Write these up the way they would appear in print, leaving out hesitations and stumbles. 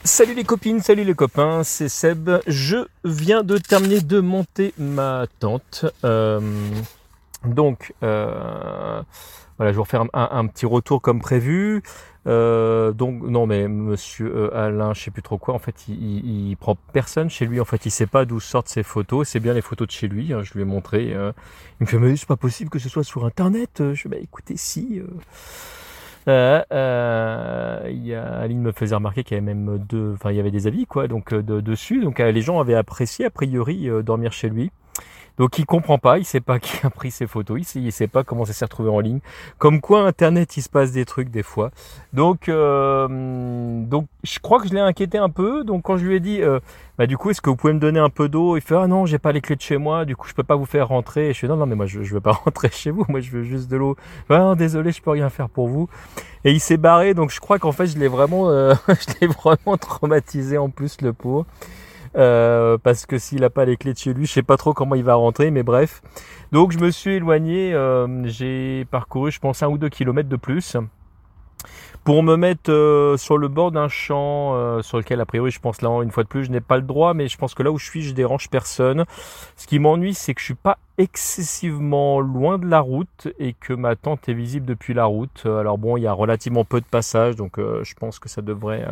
Salut les copines, salut les copains, c'est Seb. Je viens de terminer de monter ma tente. Voilà, je vais vous refaire un petit retour comme prévu. Donc non, mais Monsieur Alain, je sais plus trop quoi. En fait, il prend personne chez lui. En fait, il sait pas d'où sortent ses photos. C'est bien les photos de chez lui. Je lui ai montré. Il me fait mais c'est pas possible que ce soit sur Internet. Je fais bah écoutez si. Aline me faisait remarquer qu'il y avait même il y avait des avis quoi, donc dessus. Donc les gens avaient apprécié a priori dormir chez lui. Donc il comprend pas, il sait pas qui a pris ses photos, il sait pas comment ça s'est retrouvé en ligne. Comme quoi Internet, il se passe des trucs des fois. Donc je crois que je l'ai inquiété un peu. Donc quand je lui ai dit, du coup, est-ce que vous pouvez me donner un peu d'eau? Il fait ah non, j'ai pas les clés de chez moi, du coup je peux pas vous faire rentrer. Et je fais non mais moi je veux pas rentrer chez vous, moi je veux juste de l'eau. Ah non, désolé, je peux rien faire pour vous. Et il s'est barré. Donc je crois qu'en fait je l'ai vraiment, je l'ai vraiment traumatisé en plus le pauvre. Parce que s'il a pas les clés de chez lui, je sais pas trop comment il va rentrer, mais bref. Donc je me suis éloigné, j'ai parcouru je pense 1 ou 2 kilomètres de plus pour me mettre sur le bord d'un champ sur lequel a priori je pense là une fois de plus je n'ai pas le droit, mais je pense que là où je suis je dérange personne. Ce qui m'ennuie c'est que je suis pas excessivement loin de la route et que ma tente est visible depuis la route. Alors bon, il y a relativement peu de passages, donc je pense que ça devrait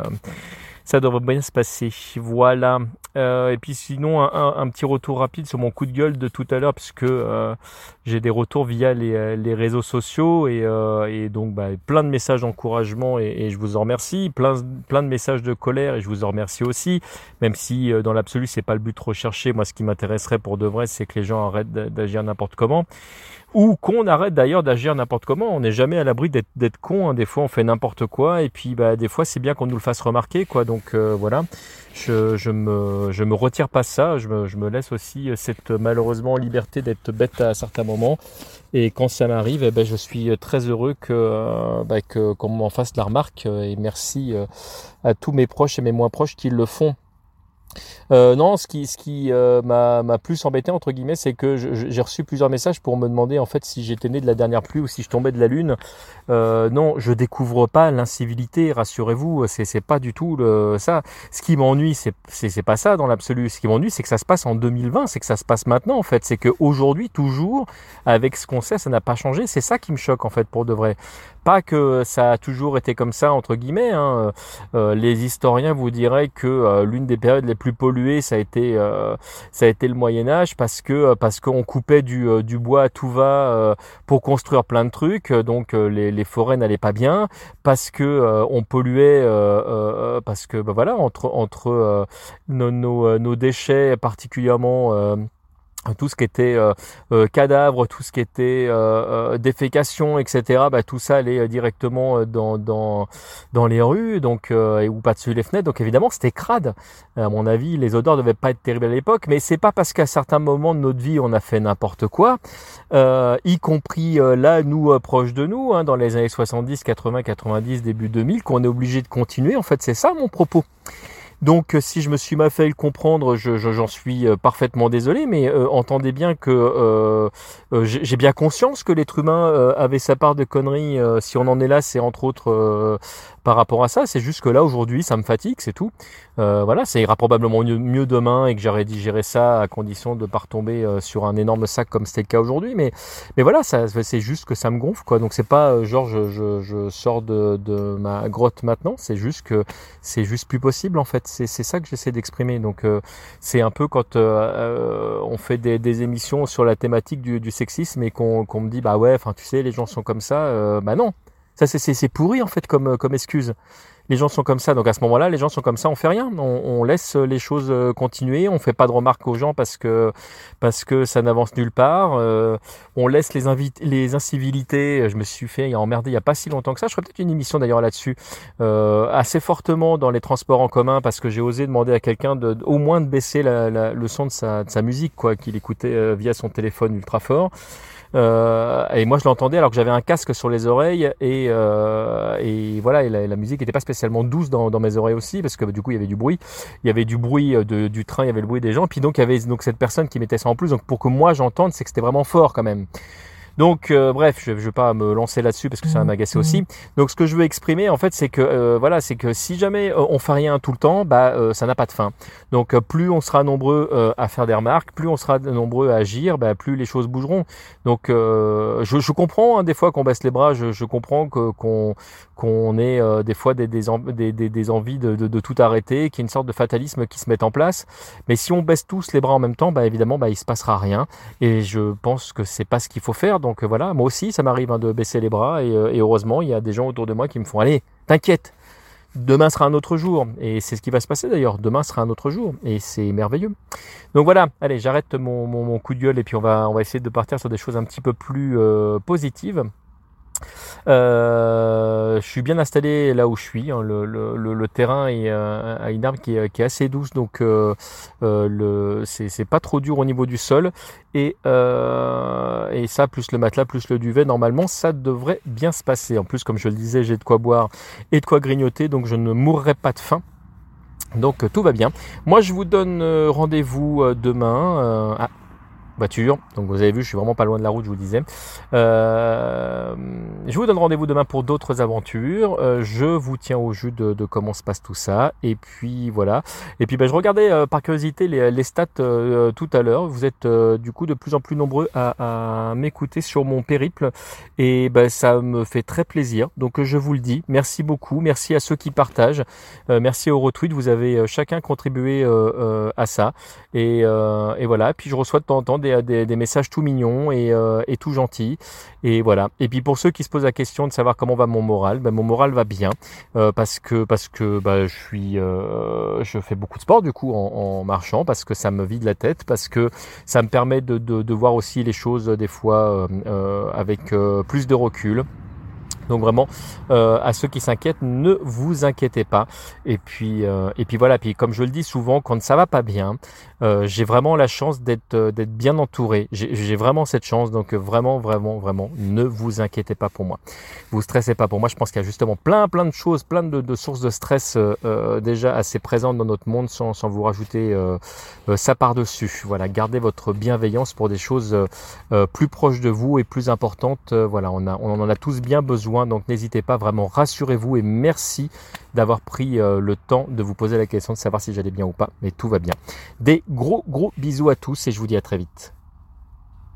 bien se passer. Voilà. Et puis sinon, un petit retour rapide sur mon coup de gueule de tout à l'heure, puisque j'ai des retours via les réseaux sociaux et donc plein de messages d'encouragement et je vous en remercie. Plein de messages de colère et je vous en remercie aussi. Même si dans l'absolu, c'est pas le but recherché. Moi, ce qui m'intéresserait pour de vrai, c'est que les gens arrêtent d'agir n'importe comment. Ou qu'on arrête d'ailleurs d'agir n'importe comment. On n'est jamais à l'abri d'être con, hein. Des fois on fait n'importe quoi et puis des fois c'est bien qu'on nous le fasse remarquer quoi. Donc voilà, je me retire pas ça. Je me laisse aussi cette malheureusement liberté d'être bête à certains moments. Et quand ça m'arrive, je suis très heureux qu'on m'en fasse la remarque. Et merci à tous mes proches et mes moins proches qui le font. Non, ce qui m'a plus embêté entre guillemets, c'est que j'ai reçu plusieurs messages pour me demander en fait si j'étais né de la dernière pluie ou si je tombais de la lune. Non, je découvre pas l'incivilité, rassurez-vous, c'est pas du tout ça. Ce qui m'ennuie, c'est pas ça dans l'absolu. Ce qui m'ennuie, c'est que ça se passe en 2020, c'est que ça se passe maintenant en fait. C'est que aujourd'hui, toujours, avec ce qu'on sait, ça n'a pas changé. C'est ça qui me choque en fait pour de vrai. Pas que ça a toujours été comme ça entre guillemets. Hein. Les historiens vous diraient que l'une des périodes les plus polluées, ça a été le Moyen Âge parce qu'on coupait du bois à tout va pour construire plein de trucs. Donc les forêts n'allaient pas bien parce que on polluait parce que voilà entre nos déchets particulièrement. Tout ce qui était cadavres, tout ce qui était défécation, etc. Tout ça allait directement dans les rues, donc ou pas-dessus les fenêtres. Donc évidemment, c'était crade. À mon avis, les odeurs devaient pas être terribles à l'époque, mais c'est pas parce qu'à certains moments de notre vie, on a fait n'importe quoi, y compris là, nous proches de nous, hein, dans les années 70, 80, 90, début 2000, qu'on est obligé de continuer. En fait, c'est ça mon propos. Donc si je me suis mal fait le comprendre, j'en suis parfaitement désolé, mais entendez bien que j'ai bien conscience que l'être humain avait sa part de conneries. Si on en est là, c'est entre autres par rapport à ça. C'est juste que là, aujourd'hui, ça me fatigue, c'est tout. Voilà, ça ira probablement mieux demain et que j'aurais digéré ça à condition de ne pas retomber sur un énorme sac comme c'était le cas aujourd'hui. Mais voilà, c'est juste que ça me gonfle, quoi. Donc c'est pas genre je sors de ma grotte maintenant, c'est juste que c'est juste plus possible en fait. C'est ça que j'essaie d'exprimer. Donc c'est un peu quand on fait des émissions sur la thématique du sexisme et qu'on me dit bah ouais, enfin tu sais les gens sont comme ça. Non, ça c'est pourri en fait comme excuse. Les gens sont comme ça, donc à ce moment-là, les gens sont comme ça, on fait rien, on laisse les choses continuer, on fait pas de remarques aux gens parce que ça n'avance nulle part, on laisse les incivilités. Je me suis fait emmerder il y a pas si longtemps que ça, je ferai peut-être une émission d'ailleurs là-dessus, assez fortement dans les transports en commun parce que j'ai osé demander à quelqu'un au moins de baisser le son de sa musique, quoi, qu'il écoutait via son téléphone ultra fort. Et moi je l'entendais alors que j'avais un casque sur les oreilles et voilà, et la musique n'était pas spécialement douce dans mes oreilles aussi parce que du coup il y avait du bruit du train, il y avait le bruit des gens, puis donc il y avait donc cette personne qui mettait ça en plus, donc pour que moi j'entende, c'est que c'était vraiment fort quand même. Donc bref, je vais pas me lancer là-dessus parce que ça va m'agacer aussi. Donc ce que je veux exprimer en fait, c'est que voilà, c'est que si jamais on fait rien tout le temps, ça n'a pas de fin. Donc plus on sera nombreux à faire des remarques, plus on sera nombreux à agir, plus les choses bougeront. Donc je comprends des fois qu'on baisse les bras, je comprends qu'on ait des fois des envies de tout arrêter, qu'il y ait une sorte de fatalisme qui se mette en place. Mais si on baisse tous les bras en même temps, évidemment, il se passera rien. Et je pense que c'est pas ce qu'il faut faire. Donc voilà, moi aussi, ça m'arrive de baisser les bras. Et heureusement, il y a des gens autour de moi qui me font, allez, t'inquiète, demain sera un autre jour. Et c'est ce qui va se passer d'ailleurs. Demain sera un autre jour. Et c'est merveilleux. Donc voilà, allez, j'arrête mon coup de gueule et puis on va essayer de partir sur des choses un petit peu plus positives. Je suis bien installé là où je suis. Le terrain a une herbe qui est assez douce, donc c'est pas trop dur au niveau du sol. Et ça, plus le matelas, plus le duvet, normalement, ça devrait bien se passer. En plus, comme je le disais, j'ai de quoi boire et de quoi grignoter, donc je ne mourrai pas de faim. Donc tout va bien. Moi, je vous donne rendez-vous demain. Voiture, donc vous avez vu, je suis vraiment pas loin de la route, je vous disais. Je vous donne rendez-vous demain pour d'autres aventures. Je vous tiens au jus de comment se passe tout ça. Et puis voilà. Et puis je regardais par curiosité les stats tout à l'heure. Vous êtes du coup de plus en plus nombreux à m'écouter sur mon périple. Et ça me fait très plaisir. Donc je vous le dis, merci beaucoup. Merci à ceux qui partagent. Merci aux retweets. Vous avez chacun contribué à ça. Et voilà. Et puis je reçois de temps en temps des messages tout mignons et tout gentils. Et voilà. Et puis pour ceux qui se posent la question de savoir comment va mon moral, mon moral va bien parce que je fais beaucoup de sport du coup en marchant, parce que ça me vide la tête, parce que ça me permet de voir aussi les choses des fois avec plus de recul. Donc vraiment, à ceux qui s'inquiètent, ne vous inquiétez pas. Et puis voilà. Puis comme je le dis souvent, quand ça va pas bien, j'ai vraiment la chance d'être bien entouré. J'ai vraiment cette chance. Donc vraiment, ne vous inquiétez pas pour moi. Vous stressez pas pour moi. Je pense qu'il y a justement plein de choses, plein de sources de stress déjà assez présentes dans notre monde, sans vous rajouter ça par-dessus. Voilà, gardez votre bienveillance pour des choses plus proches de vous et plus importantes. Voilà, on en a tous bien besoin. Donc n'hésitez pas, vraiment, rassurez-vous et merci d'avoir pris le temps de vous poser la question de savoir si j'allais bien ou pas. Mais tout va bien. Des gros bisous à tous et je vous dis à très vite.